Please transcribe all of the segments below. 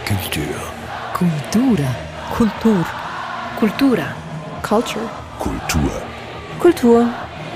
Culture. Cultura. Kultur. Cultura. Culture. Kultur. Kultur.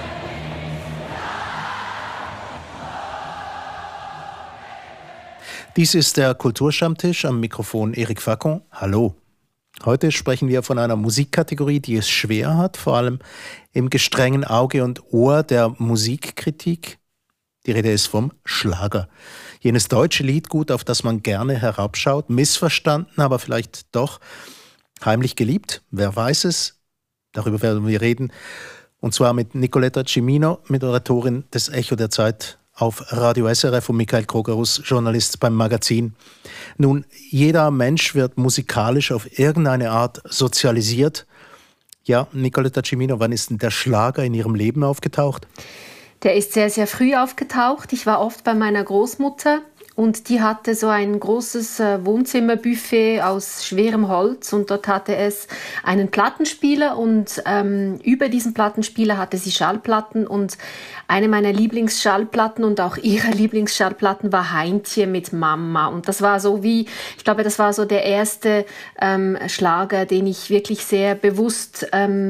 Dies ist der Kulturstammtisch, am Mikrofon Eric Facon. Hallo. Heute sprechen wir von einer Musikkategorie, die es schwer hat, vor allem im gestrengen Auge und Ohr der Musikkritik. Die Rede ist vom Schlager. Jenes deutsche Liedgut, auf das man gerne herabschaut, missverstanden, aber vielleicht doch heimlich geliebt. Wer weiß es? Darüber werden wir reden. Und zwar mit Nicoletta Cimino, Moderatorin des Echo der Zeit auf Radio SRF, und Michael Krogerus, Journalist beim Magazin. Nun, jeder Mensch wird musikalisch auf irgendeine Art sozialisiert. Ja, Nicoletta Cimino, wann ist denn der Schlager in Ihrem Leben aufgetaucht? Der ist sehr, sehr früh aufgetaucht. Ich war oft bei meiner Großmutter und die hatte so ein großes Wohnzimmerbuffet aus schwerem Holz und dort hatte es einen Plattenspieler und über diesen Plattenspieler hatte sie Schallplatten und eine meiner Lieblingsschallplatten und auch ihre Lieblingsschallplatten war Heintje mit Mama und das war so ich glaube, das war so der erste Schlager, den ich wirklich sehr bewusst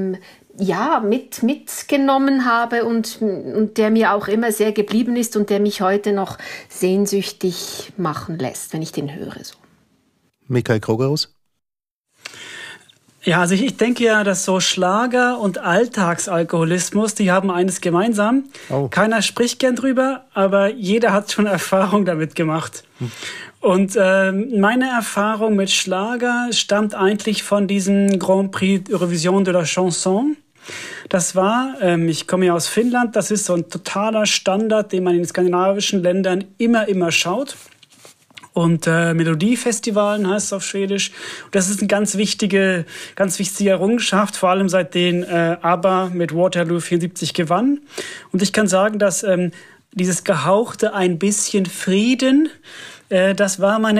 mitgenommen habe und der mir auch immer sehr geblieben ist und der mich heute noch sehnsüchtig machen lässt, wenn ich den höre. So. Michael Krogerus? Ja, also ich denke ja, dass so Schlager und Alltagsalkoholismus, die haben eines gemeinsam. Oh. Keiner spricht gern drüber, aber jeder hat schon Erfahrung damit gemacht. Und meine Erfahrung mit Schlager stammt eigentlich von diesem Grand Prix Eurovision de la Chanson. Das war, ich komme ja aus Finnland, das ist so ein totaler Standard, den man in skandinavischen Ländern immer schaut. Und Melodiefestivalen heißt es auf Schwedisch. Und das ist eine ganz wichtige Errungenschaft, vor allem seitdem ABBA mit Waterloo 74 gewann. Und ich kann sagen, dass dieses gehauchte ein bisschen Frieden, das waren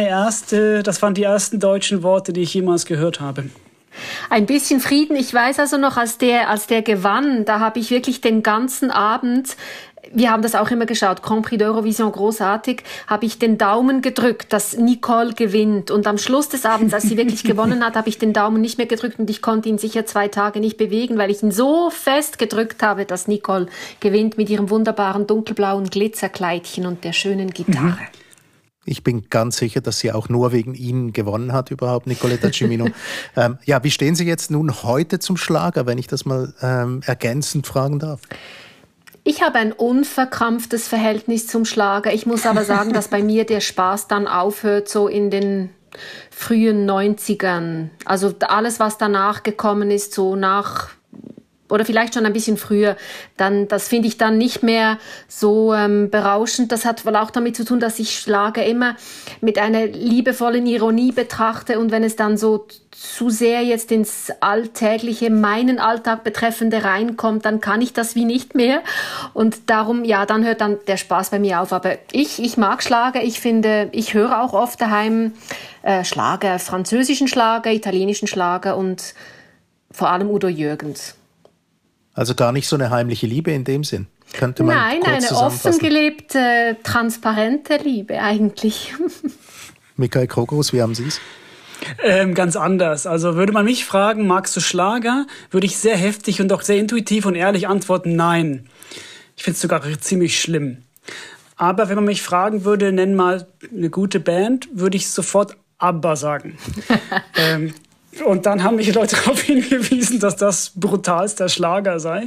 die ersten deutschen Worte, die ich jemals gehört habe. Ein bisschen Frieden. Ich weiß also noch, als der gewann, da habe ich wirklich den ganzen Abend, wir haben das auch immer geschaut, Grand Prix d'Eurovision, großartig, habe ich den Daumen gedrückt, dass Nicole gewinnt. Und am Schluss des Abends, als sie wirklich gewonnen hat, habe ich den Daumen nicht mehr gedrückt und ich konnte ihn sicher 2 Tage nicht bewegen, weil ich ihn so fest gedrückt habe, dass Nicole gewinnt mit ihrem wunderbaren dunkelblauen Glitzerkleidchen und der schönen Gitarre. Ich bin ganz sicher, dass sie auch nur wegen Ihnen gewonnen hat, überhaupt, Nicoletta Cimino. Wie stehen Sie jetzt nun heute zum Schlager, wenn ich das mal ergänzend fragen darf? Ich habe ein unverkrampftes Verhältnis zum Schlager. Ich muss aber sagen, dass bei mir der Spaß dann aufhört, so in den frühen 90ern. Also alles, was danach gekommen ist, so nach... oder vielleicht schon ein bisschen früher, das finde ich dann nicht mehr so berauschend. Das hat wohl auch damit zu tun, dass ich Schlager immer mit einer liebevollen Ironie betrachte und wenn es dann so zu sehr jetzt ins Alltägliche, meinen Alltag betreffende reinkommt, dann kann ich das wie nicht mehr und darum, dann hört dann der Spaß bei mir auf. Aber ich mag Schlager, ich höre auch oft daheim Schlager, französischen Schlager, italienischen Schlager und vor allem Udo Jürgens. Also gar nicht so eine heimliche Liebe in dem Sinn? Könnte man Nein, eine offen gelebte, transparente Liebe eigentlich. Michael Krogerus, wie haben Sie es? Ganz anders. Also würde man mich fragen, magst du Schlager, würde ich sehr heftig und auch sehr intuitiv und ehrlich antworten, nein. Ich finde es sogar ziemlich schlimm. Aber wenn man mich fragen würde, nenn mal eine gute Band, würde ich sofort ABBA sagen. Und dann haben mich Leute darauf hingewiesen, dass das brutalster Schlager sei.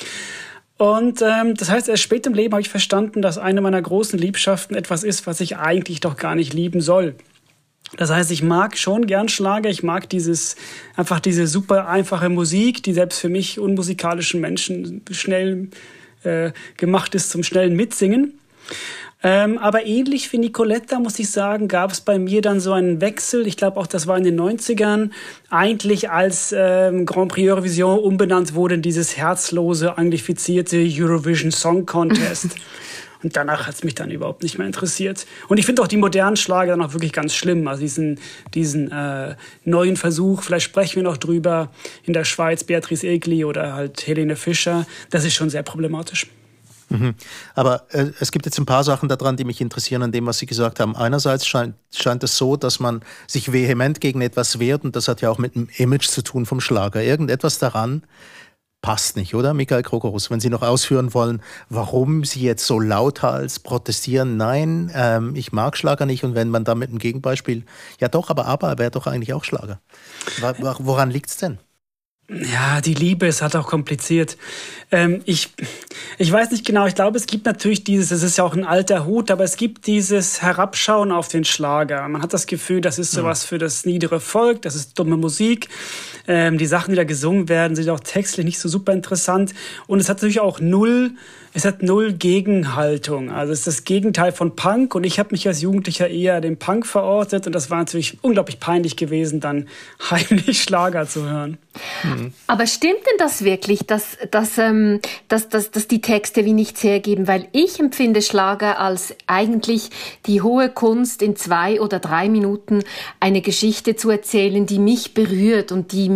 Und das heißt, erst spät im Leben habe ich verstanden, dass eine meiner großen Liebschaften etwas ist, was ich eigentlich doch gar nicht lieben soll. Das heißt, ich mag schon gern Schlager, ich mag diese super einfache Musik, die selbst für mich unmusikalischen Menschen schnell gemacht ist zum schnellen Mitsingen. Aber ähnlich wie Nicoletta, muss ich sagen, gab es bei mir dann so einen Wechsel. Ich glaube auch, das war in den 90ern, eigentlich als Grand Prix Eurovision umbenannt wurde in dieses herzlose, anglifizierte Eurovision Song Contest. Und danach hat es mich dann überhaupt nicht mehr interessiert. Und ich finde auch die modernen Schlager dann auch wirklich ganz schlimm. Also diesen neuen Versuch, vielleicht sprechen wir noch drüber, in der Schweiz Beatrice Egli oder halt Helene Fischer, das ist schon sehr problematisch. Aber es gibt jetzt ein paar Sachen daran, die mich interessieren an dem, was Sie gesagt haben. Einerseits scheint es so, dass man sich vehement gegen etwas wehrt und das hat ja auch mit dem Image zu tun vom Schlager. Irgendetwas daran passt nicht, oder, Michael Krokorus? Wenn Sie noch ausführen wollen, warum Sie jetzt so lauthals protestieren, nein, ich mag Schlager nicht, und wenn man da mit einem Gegenbeispiel, ja doch, aber wäre doch eigentlich auch Schlager. Woran liegt's denn? Ja, die Liebe ist halt auch kompliziert. Ich weiß nicht genau, ich glaube, es gibt natürlich es ist ja auch ein alter Hut, aber es gibt dieses Herabschauen auf den Schlager. Man hat das Gefühl, das ist sowas für das niedere Volk, das ist dumme Musik. Die Sachen, die da gesungen werden, sind auch textlich nicht so super interessant. Und es hat natürlich auch null Gegenhaltung. Also es ist das Gegenteil von Punk. Und ich habe mich als Jugendlicher eher dem Punk verortet. Und das war natürlich unglaublich peinlich gewesen, dann heimlich Schlager zu hören. Aber stimmt denn das wirklich, dass die Texte wie nichts hergeben? Weil ich empfinde Schlager als eigentlich die hohe Kunst, in 2 oder 3 Minuten eine Geschichte zu erzählen, die mich berührt und die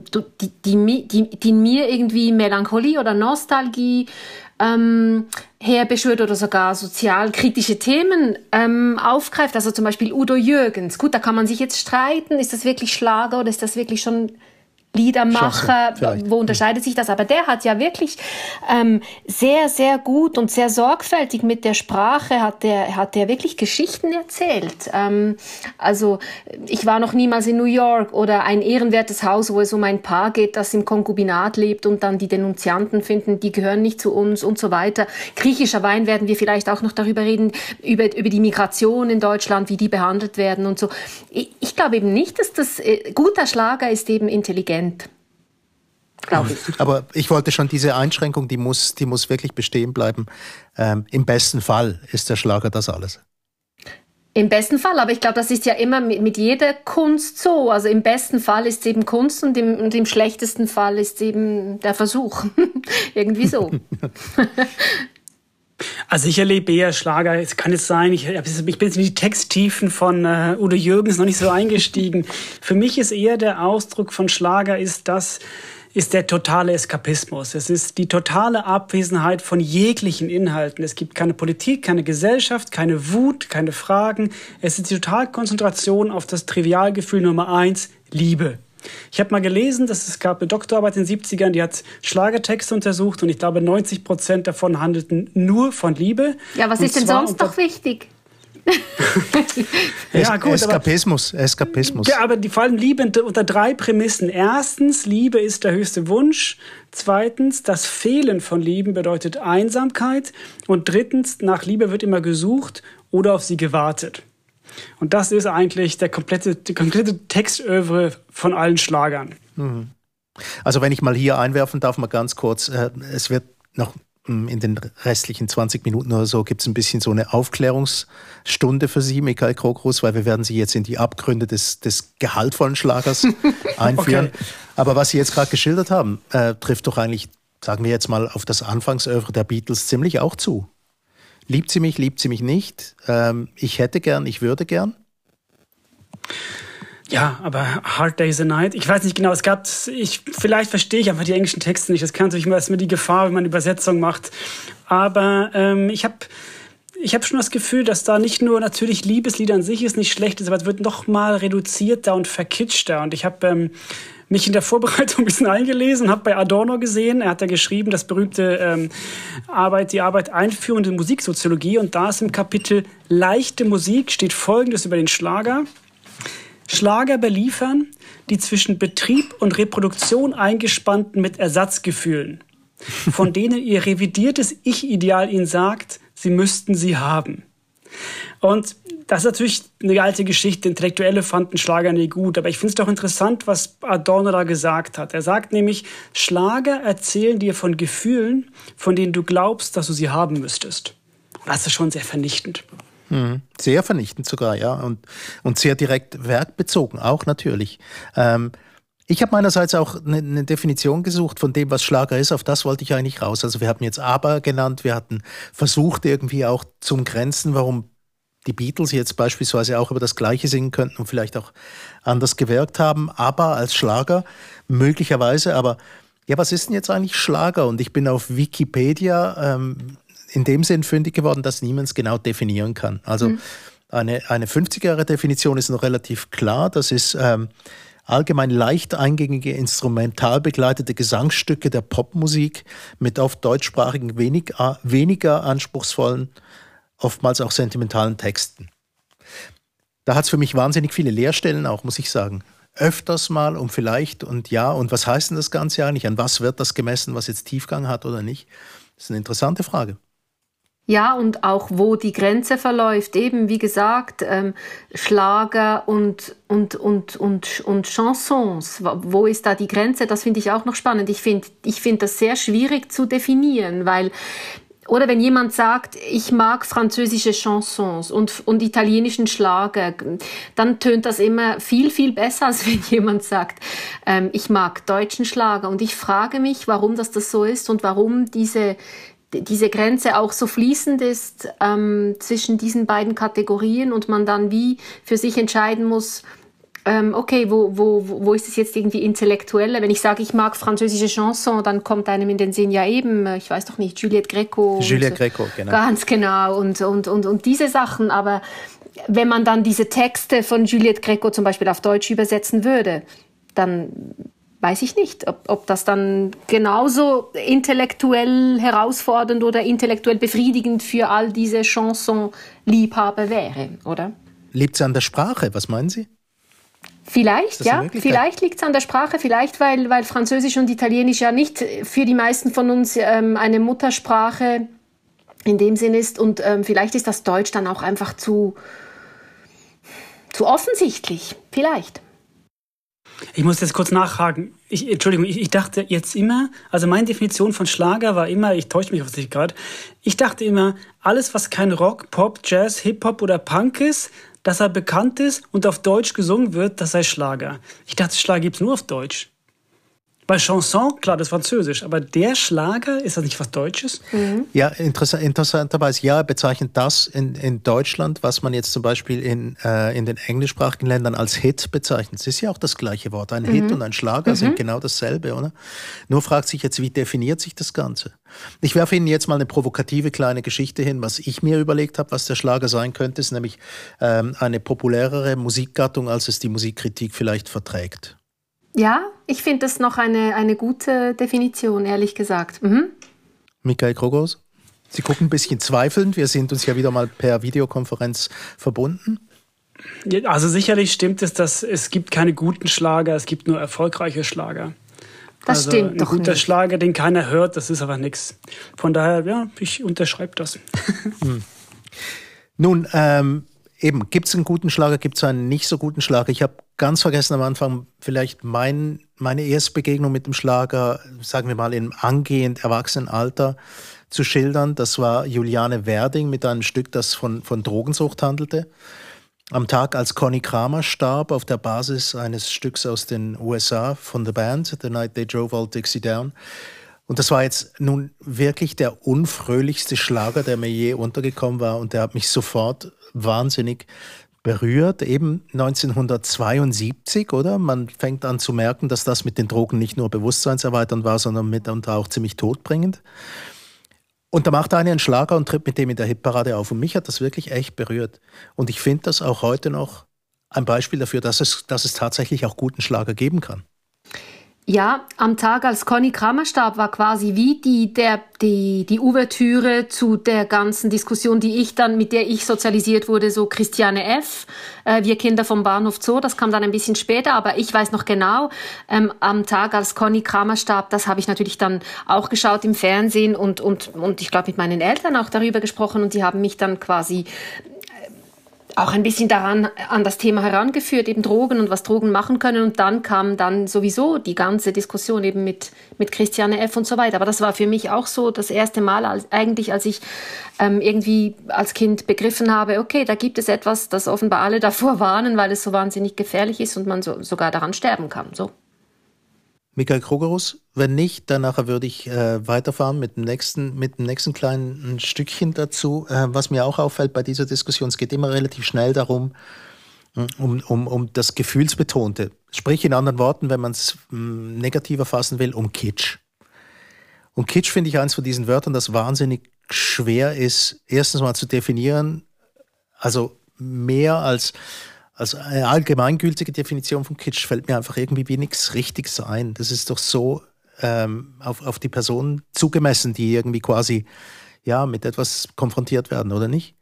mir irgendwie Melancholie oder Nostalgie herbeschwört oder sogar sozialkritische Themen aufgreift. Also zum Beispiel Udo Jürgens. Gut, da kann man sich jetzt streiten, ist das wirklich Schlager oder ist das wirklich schon Liedermacher, wo unterscheidet sich das? Aber der hat ja wirklich sehr, sehr gut und sehr sorgfältig mit der Sprache hat der wirklich Geschichten erzählt. Also ich war noch niemals in New York oder ein ehrenwertes Haus, wo es um ein Paar geht, das im Konkubinat lebt und dann die Denunzianten finden, die gehören nicht zu uns und so weiter. Griechischer Wein werden wir vielleicht auch noch darüber reden, über die Migration in Deutschland, wie die behandelt werden und so. Ich glaube eben nicht, dass das guter Schlager ist eben intelligent. Glaube ich. Aber ich wollte schon diese Einschränkung, die muss wirklich bestehen bleiben. Im besten Fall ist der Schlager das alles. Im besten Fall, aber ich glaube, das ist ja immer mit jeder Kunst so. Also im besten Fall ist es eben Kunst und im schlechtesten Fall ist es eben der Versuch. Irgendwie so. Also ich erlebe eher Schlager, es kann jetzt sein, ich bin jetzt in die Texttiefen von Udo Jürgens noch nicht so eingestiegen. Für mich ist eher der Ausdruck von Schlager ist der totale Eskapismus. Es ist die totale Abwesenheit von jeglichen Inhalten. Es gibt keine Politik, keine Gesellschaft, keine Wut, keine Fragen. Es ist die Totalkonzentration auf das Trivialgefühl Nummer 1, Liebe. Ich habe mal gelesen, dass es gab eine Doktorarbeit in den 70ern, die hat Schlagertexte untersucht und ich glaube 90% davon handelten nur von Liebe. Ja, was ist denn sonst noch wichtig? Ja, gut, Eskapismus. Ja, aber die fallen Liebe unter 3 Prämissen. Erstens, Liebe ist der höchste Wunsch. Zweitens, das Fehlen von Liebe bedeutet Einsamkeit. Und drittens, nach Liebe wird immer gesucht oder auf sie gewartet. Und das ist eigentlich die komplette Textövre von allen Schlagern. Also wenn ich mal hier einwerfen darf, mal ganz kurz, es wird noch in den restlichen 20 Minuten oder so gibt es ein bisschen so eine Aufklärungsstunde für Sie, Michael Krokorus, weil wir werden Sie jetzt in die Abgründe des gehaltvollen Schlagers einführen. Okay. Aber was Sie jetzt gerade geschildert haben, trifft doch eigentlich, sagen wir jetzt mal, auf das Anfangsövre der Beatles ziemlich auch zu. Liebt sie mich nicht? Ich hätte gern, ich würde gern? Ja, aber Hard Day's a Night, ich weiß nicht genau, vielleicht verstehe ich einfach die englischen Texte nicht, das kann natürlich immer die Gefahr, wenn man Übersetzung macht, aber ich hab schon das Gefühl, dass da nicht nur natürlich Liebeslieder an sich ist nicht schlecht ist, aber es wird noch mal reduzierter und verkitschter und ich habe mich in der Vorbereitung ein bisschen eingelesen, habe bei Adorno gesehen, er hat da geschrieben, das berühmte die Arbeit Einführung in Musiksoziologie und da ist im Kapitel Leichte Musik steht Folgendes über den Schlager. Schlager beliefern die zwischen Betrieb und Reproduktion eingespannten mit Ersatzgefühlen, von denen ihr revidiertes Ich-Ideal ihnen sagt, sie müssten sie haben. Und das ist natürlich eine alte Geschichte. Intellektuelle fanden Schlager nie gut. Aber ich finde es doch interessant, was Adorno da gesagt hat. Er sagt nämlich, Schlager erzählen dir von Gefühlen, von denen du glaubst, dass du sie haben müsstest. Und das ist schon sehr vernichtend. Sehr vernichtend sogar, ja. Und sehr direkt werkbezogen, auch natürlich. Ich habe meinerseits auch eine Definition gesucht von dem, was Schlager ist. Auf das wollte ich eigentlich raus. Also wir hatten jetzt Aber genannt. Wir hatten versucht irgendwie auch zu umgrenzen, warum die Beatles jetzt beispielsweise auch über das Gleiche singen könnten und vielleicht auch anders gewirkt haben. Aber als Schlager möglicherweise. Aber ja, was ist denn jetzt eigentlich Schlager? Und ich bin auf Wikipedia in dem Sinn fündig geworden, dass niemand es genau definieren kann. Also eine 50er-Jahre-Definition ist noch relativ klar. Das ist allgemein leicht eingängige, instrumental begleitete Gesangsstücke der Popmusik mit oft deutschsprachigen, weniger anspruchsvollen, oftmals auch sentimentalen Texten. Da hat es für mich wahnsinnig viele Leerstellen auch, muss ich sagen. Öfters mal und vielleicht und ja, und was heißt denn das Ganze eigentlich? An was wird das gemessen, was jetzt Tiefgang hat oder nicht? Das ist eine interessante Frage. Ja, und auch wo die Grenze verläuft, eben wie gesagt, Schlager und Chansons. Wo ist da die Grenze? Das finde ich auch noch spannend. Ich finde das sehr schwierig zu definieren, weil, oder wenn jemand sagt, ich mag französische Chansons und italienischen Schlager, dann tönt das immer viel, viel besser, als wenn jemand sagt, ich mag deutschen Schlager. Und ich frage mich, warum das so ist und warum diese Grenze auch so fließend ist zwischen diesen beiden Kategorien und man dann wie für sich entscheiden muss, okay, wo ist es jetzt irgendwie intellektueller? Wenn ich sage, ich mag französische Chanson, dann kommt einem in den Sinn ja eben, ich weiß doch nicht, Juliette Gréco. Juliette Gréco, genau. Ganz genau und diese Sachen, aber wenn man dann diese Texte von Juliette Gréco zum Beispiel auf Deutsch übersetzen würde, dann weiß ich nicht, ob das dann genauso intellektuell herausfordernd oder intellektuell befriedigend für all diese Chanson-Liebhaber wäre, oder? Liegt es an der Sprache? Was meinen Sie? Vielleicht, ja. Vielleicht liegt es an der Sprache, vielleicht weil Französisch und Italienisch ja nicht für die meisten von uns eine Muttersprache in dem Sinn ist und vielleicht ist das Deutsch dann auch einfach zu offensichtlich, vielleicht. Ich muss jetzt kurz nachhaken. Ich dachte jetzt immer, also meine Definition von Schlager war immer, ich täusche mich auf sich gerade, ich dachte immer, alles, was kein Rock, Pop, Jazz, Hip-Hop oder Punk ist, dass er bekannt ist und auf Deutsch gesungen wird, das sei Schlager. Ich dachte, Schlager gibt es nur auf Deutsch. Bei Chanson, klar, das ist Französisch, aber der Schlager, ist das nicht was Deutsches? Mhm. Ja, interessanterweise, ja, bezeichnet das in Deutschland, was man jetzt zum Beispiel in den englischsprachigen Ländern als Hit bezeichnet. Es ist ja auch das gleiche Wort. Ein Hit und ein Schlager sind genau dasselbe, oder? Nur fragt sich jetzt, wie definiert sich das Ganze? Ich werfe Ihnen jetzt mal eine provokative kleine Geschichte hin, was ich mir überlegt habe, was der Schlager sein könnte, ist nämlich eine populärere Musikgattung, als es die Musikkritik vielleicht verträgt. Ja, ich finde das noch eine gute Definition, ehrlich gesagt. Michael Krogos, Sie gucken ein bisschen zweifelnd. Wir sind uns ja wieder mal per Videokonferenz verbunden. Ja, also sicherlich stimmt es, dass es gibt keine guten Schlager, es gibt nur erfolgreiche Schlager. Das stimmt doch nicht. Ein guter Schlager, den keiner hört, das ist aber nichts. Von daher, ja, ich unterschreibe das. Nun, eben, gibt es einen guten Schlager, gibt es einen nicht so guten Schlager? Ich habe ganz vergessen am Anfang vielleicht meine erste Begegnung mit dem Schlager, sagen wir mal im angehend Erwachsenenalter, zu schildern. Das war Juliane Werding mit einem Stück, das von Drogensucht handelte. Am Tag, als Conny Kramer starb, auf der Basis eines Stücks aus den USA von The Band, The Night They Drove Old Dixie Down. Und das war jetzt nun wirklich der unfröhlichste Schlager, der mir je untergekommen war. Und der hat mich sofort wahnsinnig berührt. Eben 1972, oder? Man fängt an zu merken, dass das mit den Drogen nicht nur bewusstseinserweiternd war, sondern mitunter auch ziemlich todbringend. Und da macht einer einen Schlager und tritt mit dem in der Hitparade auf. Und mich hat das wirklich echt berührt. Und ich finde das auch heute noch ein Beispiel dafür, dass es tatsächlich auch guten Schlager geben kann. Ja, am Tag, als Conny Kramer starb, war quasi wie die Ouvertüre zu der ganzen Diskussion, mit der ich sozialisiert wurde, so Christiane F., wir Kinder vom Bahnhof Zoo, das kam dann ein bisschen später, aber ich weiß noch genau, am Tag, als Conny Kramer starb, das habe ich natürlich dann auch geschaut im Fernsehen und ich glaube mit meinen Eltern auch darüber gesprochen und die haben mich dann quasi auch ein bisschen an das Thema herangeführt, eben Drogen und was Drogen machen können. Und dann kam dann sowieso die ganze Diskussion eben mit Christiane F. und so weiter. Aber das war für mich auch so das erste Mal, als ich irgendwie als Kind begriffen habe, okay, da gibt es etwas, das offenbar alle davor warnen, weil es so wahnsinnig gefährlich ist und man sogar daran sterben kann. So. Michael Krogerus, wenn nicht, dann nachher würde ich weiterfahren mit dem nächsten kleinen Stückchen dazu. Was mir auch auffällt bei dieser Diskussion, es geht immer relativ schnell darum, um das Gefühlsbetonte. Sprich in anderen Worten, wenn man es negativer fassen will, um Kitsch. Und Kitsch finde ich eins von diesen Wörtern, das wahnsinnig schwer ist, erstens mal zu definieren, also mehr als eine allgemeingültige Definition von Kitsch fällt mir einfach irgendwie wie nichts Richtiges ein. Das ist doch so auf die Personen zugemessen, die irgendwie quasi mit etwas konfrontiert werden, oder nicht?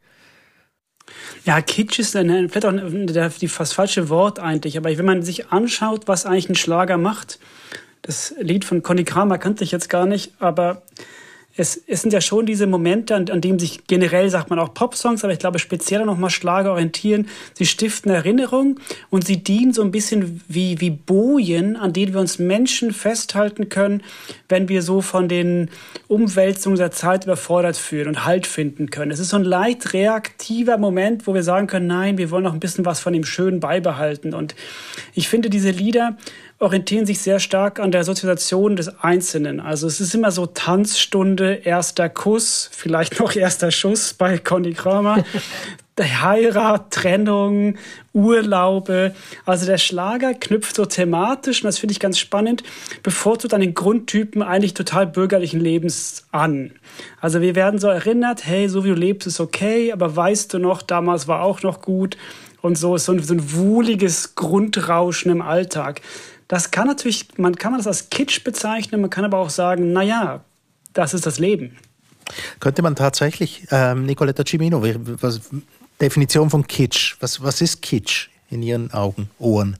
Ja, Kitsch ist vielleicht auch das falsche Wort eigentlich, aber wenn man sich anschaut, was eigentlich ein Schlager macht, das Lied von Conny Kramer kannte ich jetzt gar nicht, aber es sind ja schon diese Momente, an denen sich generell, sagt man auch Popsongs, aber ich glaube speziell nochmal Schlager orientieren. Sie stiften Erinnerung und sie dienen so ein bisschen wie Bojen, an denen wir uns Menschen festhalten können, wenn wir so von den Umwälzungen der Zeit überfordert fühlen und Halt finden können. Es ist so ein leicht reaktiver Moment, wo wir sagen können, nein, wir wollen noch ein bisschen was von dem Schönen beibehalten. Und ich finde, diese Lieder orientieren sich sehr stark an der Sozialisation des Einzelnen. Also es ist immer so Tanzstunde, erster Kuss, vielleicht noch erster Schuss bei Conny Kramer, Heirat, Trennung, Urlaube. Also der Schlager knüpft so thematisch, und das finde ich ganz spannend, bevorzugt an den Grundtypen eigentlich total bürgerlichen Lebens an. Also wir werden so erinnert, hey, so wie du lebst, ist okay, aber weißt du noch, damals war auch noch gut. Und so ist so ein wohliges Grundrauschen im Alltag. Das kann natürlich, man kann das als Kitsch bezeichnen, man kann aber auch sagen, naja, das ist das Leben. Könnte man tatsächlich, Nicoletta Cimino, Definition von Kitsch, was ist Kitsch in Ihren Augen, Ohren?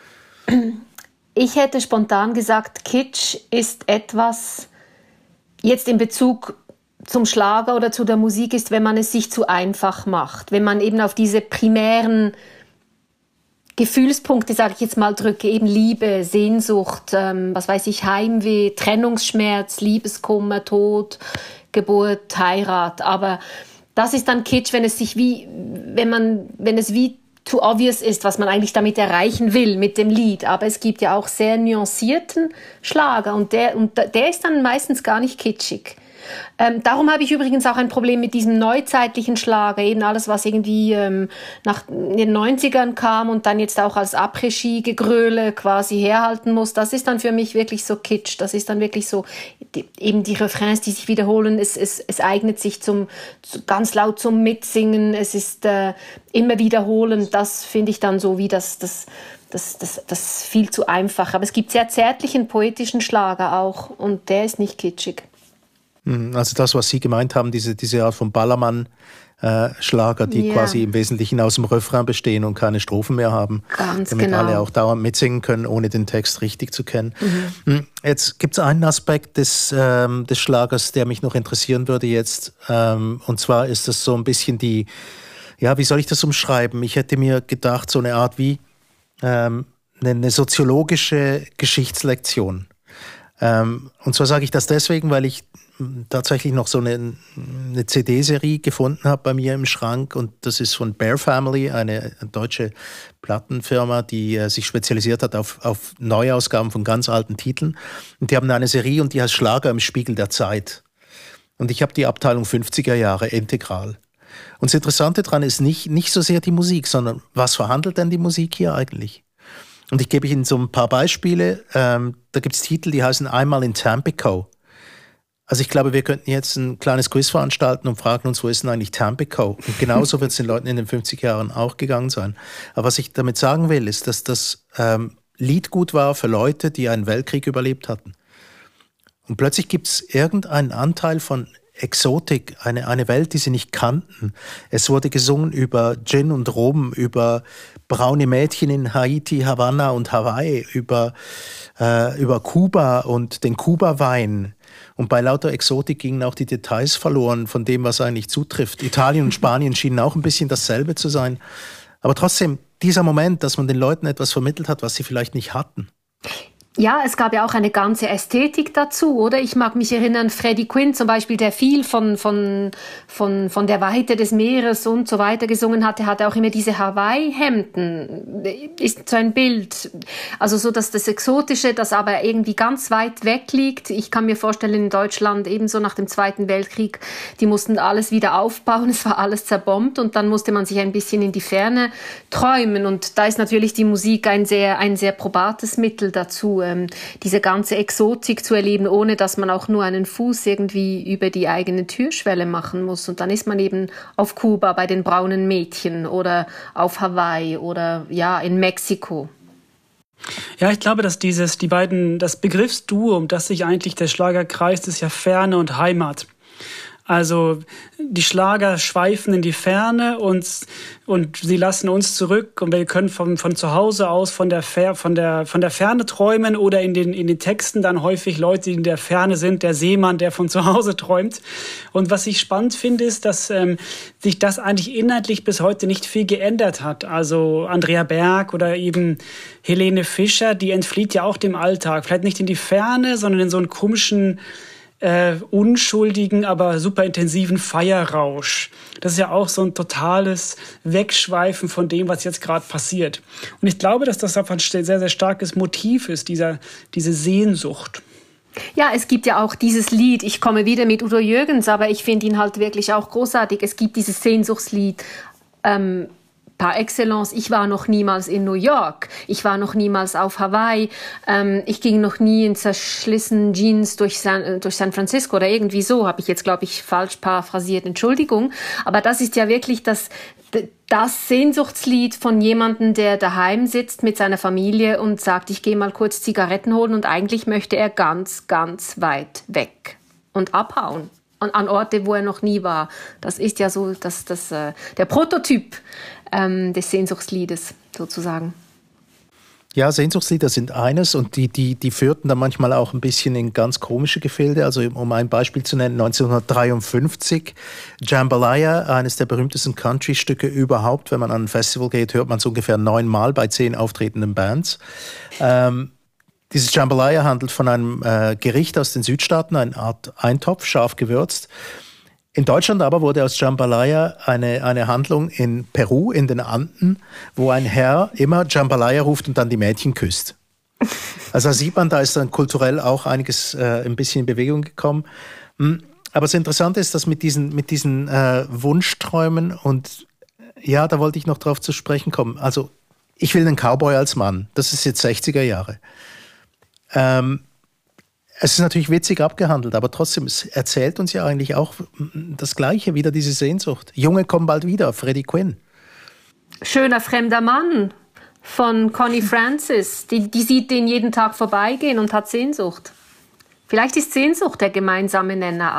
Ich hätte spontan gesagt, Kitsch ist etwas, jetzt in Bezug zum Schlager oder zu der Musik ist, wenn man es sich zu einfach macht, wenn man eben auf diese primären Gefühlspunkte, sage ich jetzt mal, drücke, eben Liebe, Sehnsucht, Heimweh, Trennungsschmerz, Liebeskummer, Tod, Geburt, Heirat. Aber das ist dann Kitsch, wenn es wie too obvious ist, was man eigentlich damit erreichen will mit dem Lied. Aber es gibt ja auch sehr nuancierten Schlager und der ist dann meistens gar nicht kitschig. Darum habe ich übrigens auch ein Problem mit diesem neuzeitlichen Schlager, eben alles, was irgendwie nach den 90ern kam und dann jetzt auch als Après-Ski-Gegröle quasi herhalten muss. Das ist dann für mich wirklich so Kitsch. Das ist dann wirklich so, eben die Refrains, die sich wiederholen. Es eignet sich ganz laut zum Mitsingen. Es ist immer wiederholend. Das finde ich dann so wie das viel zu einfach. Aber es gibt sehr zärtlichen, poetischen Schlager auch und der ist nicht kitschig. Also das, was Sie gemeint haben, diese Art von Ballermann-Schlager, die quasi im Wesentlichen aus dem Refrain bestehen und keine Strophen mehr haben, ganz damit genau. alle auch dauernd mitsingen können, ohne den Text richtig zu kennen. Jetzt gibt es einen Aspekt des Schlagers, der mich noch interessieren würde jetzt, und zwar ist das so ein bisschen wie soll ich das umschreiben? Ich hätte mir gedacht, so eine Art wie eine soziologische Geschichtslektion. Und zwar sage ich das deswegen, weil ich tatsächlich noch so eine CD-Serie gefunden habe bei mir im Schrank und das ist von Bear Family, eine deutsche Plattenfirma, die sich spezialisiert hat auf Neuausgaben von ganz alten Titeln. Und die haben eine Serie und die heißt Schlager im Spiegel der Zeit. Und ich habe die Abteilung 50er Jahre integral. Und das Interessante daran ist nicht so sehr die Musik, sondern was verhandelt denn die Musik hier eigentlich? Und ich gebe Ihnen so ein paar Beispiele. Da gibt es Titel, die heißen Einmal in Tampico. Also ich glaube, wir könnten jetzt ein kleines Quiz veranstalten und fragen uns, wo ist denn eigentlich Tampico? Und genauso wird es den Leuten in den 50 Jahren auch gegangen sein. Aber was ich damit sagen will, ist, dass das Lied gut war für Leute, die einen Weltkrieg überlebt hatten. Und plötzlich gibt es irgendeinen Anteil von Exotik, eine Welt, die sie nicht kannten. Es wurde gesungen über Gin und Rum, über braune Mädchen in Haiti, Havanna und Hawaii, über Kuba und den Kuba-Wein. Und bei lauter Exotik gingen auch die Details verloren von dem, was eigentlich zutrifft. Italien und Spanien schienen auch ein bisschen dasselbe zu sein. Aber trotzdem, dieser Moment, dass man den Leuten etwas vermittelt hat, was sie vielleicht nicht hatten. Ja, es gab ja auch eine ganze Ästhetik dazu, oder? Ich mag mich erinnern, Freddie Quinn zum Beispiel, der viel von der Weite des Meeres und so weiter gesungen hatte, hatte auch immer diese Hawaii-Hemden. Ist so ein Bild. Also so, dass das Exotische, das aber irgendwie ganz weit weg liegt. Ich kann mir vorstellen, in Deutschland ebenso nach dem Zweiten Weltkrieg, die mussten alles wieder aufbauen, es war alles zerbombt und dann musste man sich ein bisschen in die Ferne träumen. Und da ist natürlich die Musik ein sehr probates Mittel dazu. diese ganze Exotik zu erleben, ohne dass man auch nur einen Fuß irgendwie über die eigene Türschwelle machen muss. Und dann ist man eben auf Kuba bei den braunen Mädchen oder auf Hawaii oder ja, in Mexiko. Ja, ich glaube, dass das Begriffsduo, um das sich eigentlich der Schlager kreist, ist ja Ferne und Heimat. Also die Schlager schweifen in die Ferne und sie lassen uns zurück und wir können von zu Hause aus von der Ferne träumen oder in den Texten dann häufig Leute, die in der Ferne sind, der Seemann, der von zu Hause träumt. Und was ich spannend finde, ist, dass sich das eigentlich inhaltlich bis heute nicht viel geändert hat. Also Andrea Berg oder eben Helene Fischer, die entflieht ja auch dem Alltag. Vielleicht nicht in die Ferne, sondern in so einen komischen unschuldigen, aber super intensiven Feierrausch. Das ist ja auch so ein totales Wegschweifen von dem, was jetzt gerade passiert. Und ich glaube, dass das einfach ein sehr, sehr starkes Motiv ist, diese Sehnsucht. Ja, es gibt ja auch dieses Lied, ich komme wieder mit Udo Jürgens, aber ich finde ihn halt wirklich auch großartig. Es gibt dieses Sehnsuchtslied, par excellence, ich war noch niemals in New York, ich war noch niemals auf Hawaii, ich ging noch nie in zerschlissenen Jeans durch San Francisco oder irgendwie so, habe ich jetzt, glaube ich, falsch paraphrasiert, Entschuldigung. Aber das ist ja wirklich das Sehnsuchtslied von jemandem, der daheim sitzt mit seiner Familie und sagt, ich gehe mal kurz Zigaretten holen und eigentlich möchte er ganz, ganz weit weg und abhauen. Und an Orte, wo er noch nie war. Das ist ja so der Prototyp des Sehnsuchtsliedes sozusagen. Ja, Sehnsuchtslieder sind eines und die führten dann manchmal auch ein bisschen in ganz komische Gefilde. Also um ein Beispiel zu nennen, 1953, Jambalaya, eines der berühmtesten Country-Stücke überhaupt. Wenn man an ein Festival geht, hört man es ungefähr 9-mal bei 10 auftretenden Bands. Dieses Jambalaya handelt von einem Gericht aus den Südstaaten, eine Art Eintopf, scharf gewürzt. In Deutschland aber wurde aus Jambalaya eine Handlung in Peru, in den Anden, wo ein Herr immer Jambalaya ruft und dann die Mädchen küsst. Also da sieht man, da ist dann kulturell auch einiges ein bisschen in Bewegung gekommen. Aber das Interessante ist, dass mit diesen Wunschträumen und ja, da wollte ich noch drauf zu sprechen kommen. Also ich will einen Cowboy als Mann. Das ist jetzt 60er Jahre. Es ist natürlich witzig abgehandelt, aber trotzdem, es erzählt uns ja eigentlich auch das Gleiche, wieder diese Sehnsucht. Junge kommen bald wieder, Freddie Quinn. Schöner fremder Mann von Connie Francis. Die sieht den jeden Tag vorbeigehen und hat Sehnsucht. Vielleicht ist Sehnsucht der gemeinsame Nenner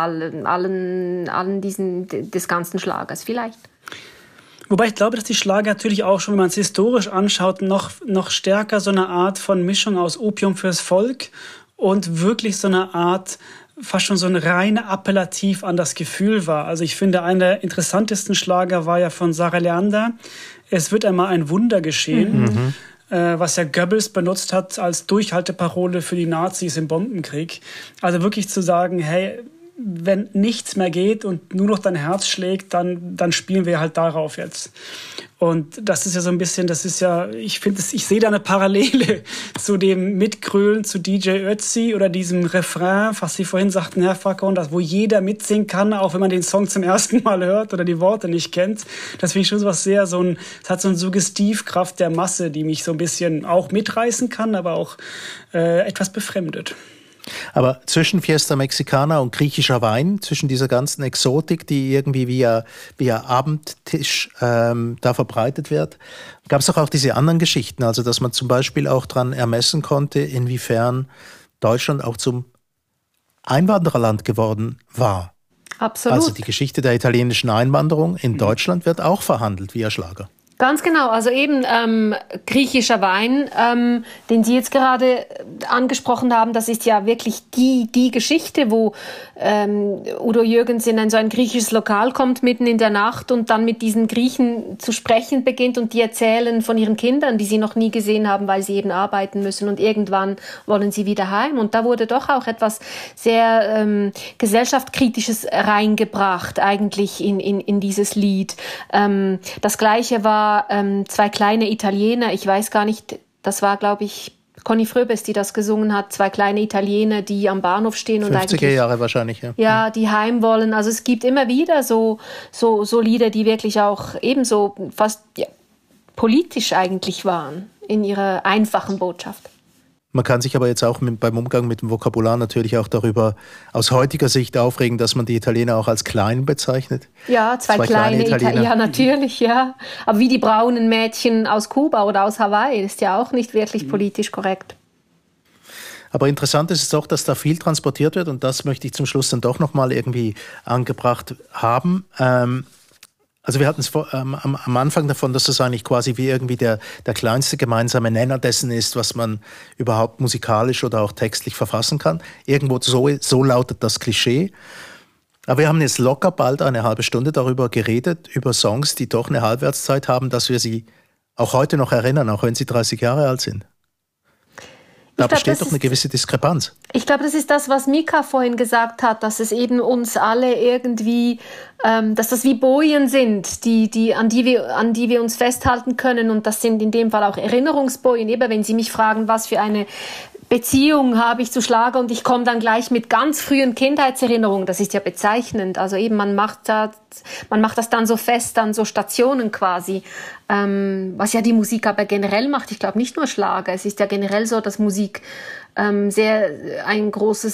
allen des ganzen Schlagers. Vielleicht. Wobei ich glaube, dass die Schlager natürlich auch schon, wenn man es historisch anschaut, noch stärker so eine Art von Mischung aus Opium fürs Volk und wirklich so eine Art, fast schon so ein reiner Appellativ an das Gefühl war. Also ich finde, einer der interessantesten Schlager war ja von Sarah Leander, Es wird einmal ein Wunder geschehen, was ja Goebbels benutzt hat als Durchhalteparole für die Nazis im Bombenkrieg. Also wirklich zu sagen, hey, wenn nichts mehr geht und nur noch dein Herz schlägt, dann spielen wir halt darauf jetzt. Und das ist ja so ein bisschen, ich sehe da eine Parallele zu dem Mitgrölen zu DJ Ötzi oder diesem Refrain, was Sie vorhin sagten, Herr Facon, wo jeder mitsingen kann, auch wenn man den Song zum ersten Mal hört oder die Worte nicht kennt. Das finde ich schon es hat so eine Suggestivkraft der Masse, die mich so ein bisschen auch mitreißen kann, aber auch etwas befremdet. Aber zwischen Fiesta Mexicana und griechischer Wein, zwischen dieser ganzen Exotik, die irgendwie via Abendtisch da verbreitet wird, gab es doch auch diese anderen Geschichten. Also dass man zum Beispiel auch dran ermessen konnte, inwiefern Deutschland auch zum Einwandererland geworden war. Absolut. Also die Geschichte der italienischen Einwanderung in Deutschland wird auch verhandelt via Schlager. Ganz genau, also eben griechischer Wein, den Sie jetzt gerade angesprochen haben, das ist ja wirklich die Geschichte, wo Udo Jürgens in so ein griechisches Lokal kommt mitten in der Nacht und dann mit diesen Griechen zu sprechen beginnt und die erzählen von ihren Kindern, die sie noch nie gesehen haben, weil sie eben arbeiten müssen und irgendwann wollen sie wieder heim. Und da wurde doch auch etwas sehr gesellschaftskritisches reingebracht eigentlich in dieses Lied. Das Gleiche war zwei kleine Italiener, ich weiß gar nicht, das war, glaube ich, Conny Fröbes, die das gesungen hat, zwei kleine Italiener, die am Bahnhof stehen und 50er Jahre wahrscheinlich, ja. Ja, die heim wollen. Also es gibt immer wieder so Lieder, die wirklich auch ebenso fast politisch eigentlich waren in ihrer einfachen Botschaft. Man kann sich aber jetzt auch beim Umgang mit dem Vokabular natürlich auch darüber aus heutiger Sicht aufregen, dass man die Italiener auch als klein bezeichnet. Ja, zwei kleine Italiener. Ja, natürlich, ja. Aber wie die braunen Mädchen aus Kuba oder aus Hawaii, ist ja auch nicht wirklich politisch korrekt. Aber interessant ist es doch, dass da viel transportiert wird und das möchte ich zum Schluss dann doch nochmal irgendwie angebracht haben. Also wir hatten es am Anfang davon, dass das eigentlich quasi wie irgendwie der kleinste gemeinsame Nenner dessen ist, was man überhaupt musikalisch oder auch textlich verfassen kann. Irgendwo so lautet das Klischee. Aber wir haben jetzt locker bald eine halbe Stunde darüber geredet, über Songs, die doch eine Halbwertszeit haben, dass wir sie auch heute noch erinnern, auch wenn sie 30 Jahre alt sind. Da besteht doch eine gewisse Diskrepanz. Ich glaube, das ist das, was Mika vorhin gesagt hat, dass es eben uns alle irgendwie, dass das wie Bojen sind, an die wir uns festhalten können. Und das sind in dem Fall auch Erinnerungsbojen. Eben, wenn Sie mich fragen, was für eine Beziehung habe ich zu Schlager und ich komme dann gleich mit ganz frühen Kindheitserinnerungen. Das ist ja bezeichnend. Also eben, man macht das dann so fest an so Stationen quasi, was ja die Musik aber generell macht. Ich glaube nicht nur Schlager. Es ist ja generell so, dass Musik sehr ein großes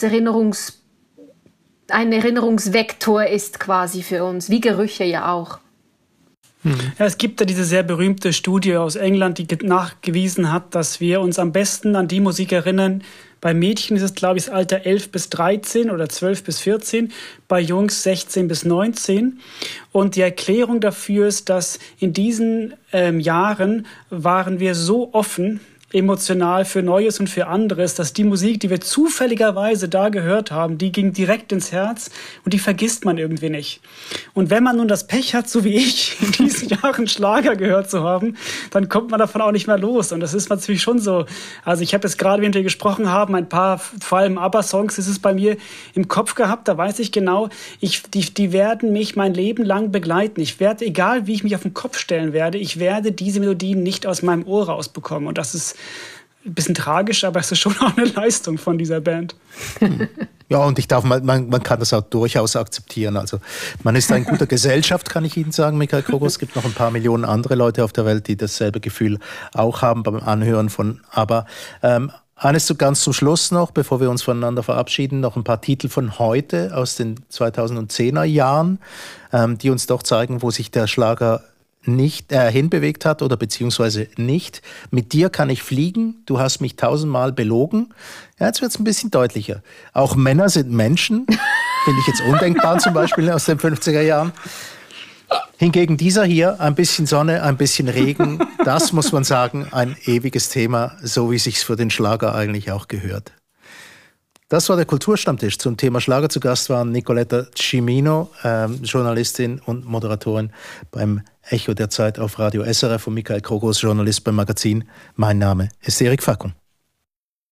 ein Erinnerungsvektor ist quasi für uns, wie Gerüche ja auch. Ja, es gibt ja diese sehr berühmte Studie aus England, die nachgewiesen hat, dass wir uns am besten an die Musik erinnern. Bei Mädchen ist es, glaube ich, das Alter 11 bis 13 oder 12 bis 14, bei Jungs 16 bis 19. Und die Erklärung dafür ist, dass in diesen Jahren waren wir so offen, emotional für Neues und für anderes, dass die Musik, die wir zufälligerweise da gehört haben, die ging direkt ins Herz und die vergisst man irgendwie nicht. Und wenn man nun das Pech hat, so wie ich, in diesen Jahren Schlager gehört zu haben, dann kommt man davon auch nicht mehr los. Und das ist natürlich schon so. Also ich habe jetzt gerade, während wir gesprochen haben, ein paar, vor allem ABBA-Songs, ist es bei mir im Kopf gehabt, da weiß ich genau, die werden mich mein Leben lang begleiten. Ich werde, egal wie ich mich auf den Kopf stellen werde, ich werde diese Melodien nicht aus meinem Ohr rausbekommen. Und das ist ein bisschen tragisch, aber es ist schon auch eine Leistung von dieser Band. Ja, und man kann das auch durchaus akzeptieren. Also man ist in guter Gesellschaft, kann ich Ihnen sagen, Michael Krogos. Es gibt noch ein paar Millionen andere Leute auf der Welt, die dasselbe Gefühl auch haben beim Anhören von ABBA. Eines ganz zum Schluss noch, bevor wir uns voneinander verabschieden, noch ein paar Titel von heute aus den 2010er Jahren, die uns doch zeigen, wo sich der Schlager nicht hinbewegt hat oder beziehungsweise nicht. Mit dir kann ich fliegen, du hast mich 1000-mal belogen. Ja, jetzt wird es ein bisschen deutlicher. Auch Männer sind Menschen, finde ich jetzt undenkbar zum Beispiel aus den 50er Jahren. Hingegen dieser hier, ein bisschen Sonne, ein bisschen Regen, das muss man sagen, ein ewiges Thema, so wie sich's für den Schlager eigentlich auch gehört. Das war der Kulturstammtisch. Zum Thema Schlager zu Gast waren Nicoletta Cimino, Journalistin und Moderatorin beim Echo der Zeit auf Radio SRF und Michael Krogos, Journalist beim Magazin. Mein Name ist Erik Fackung.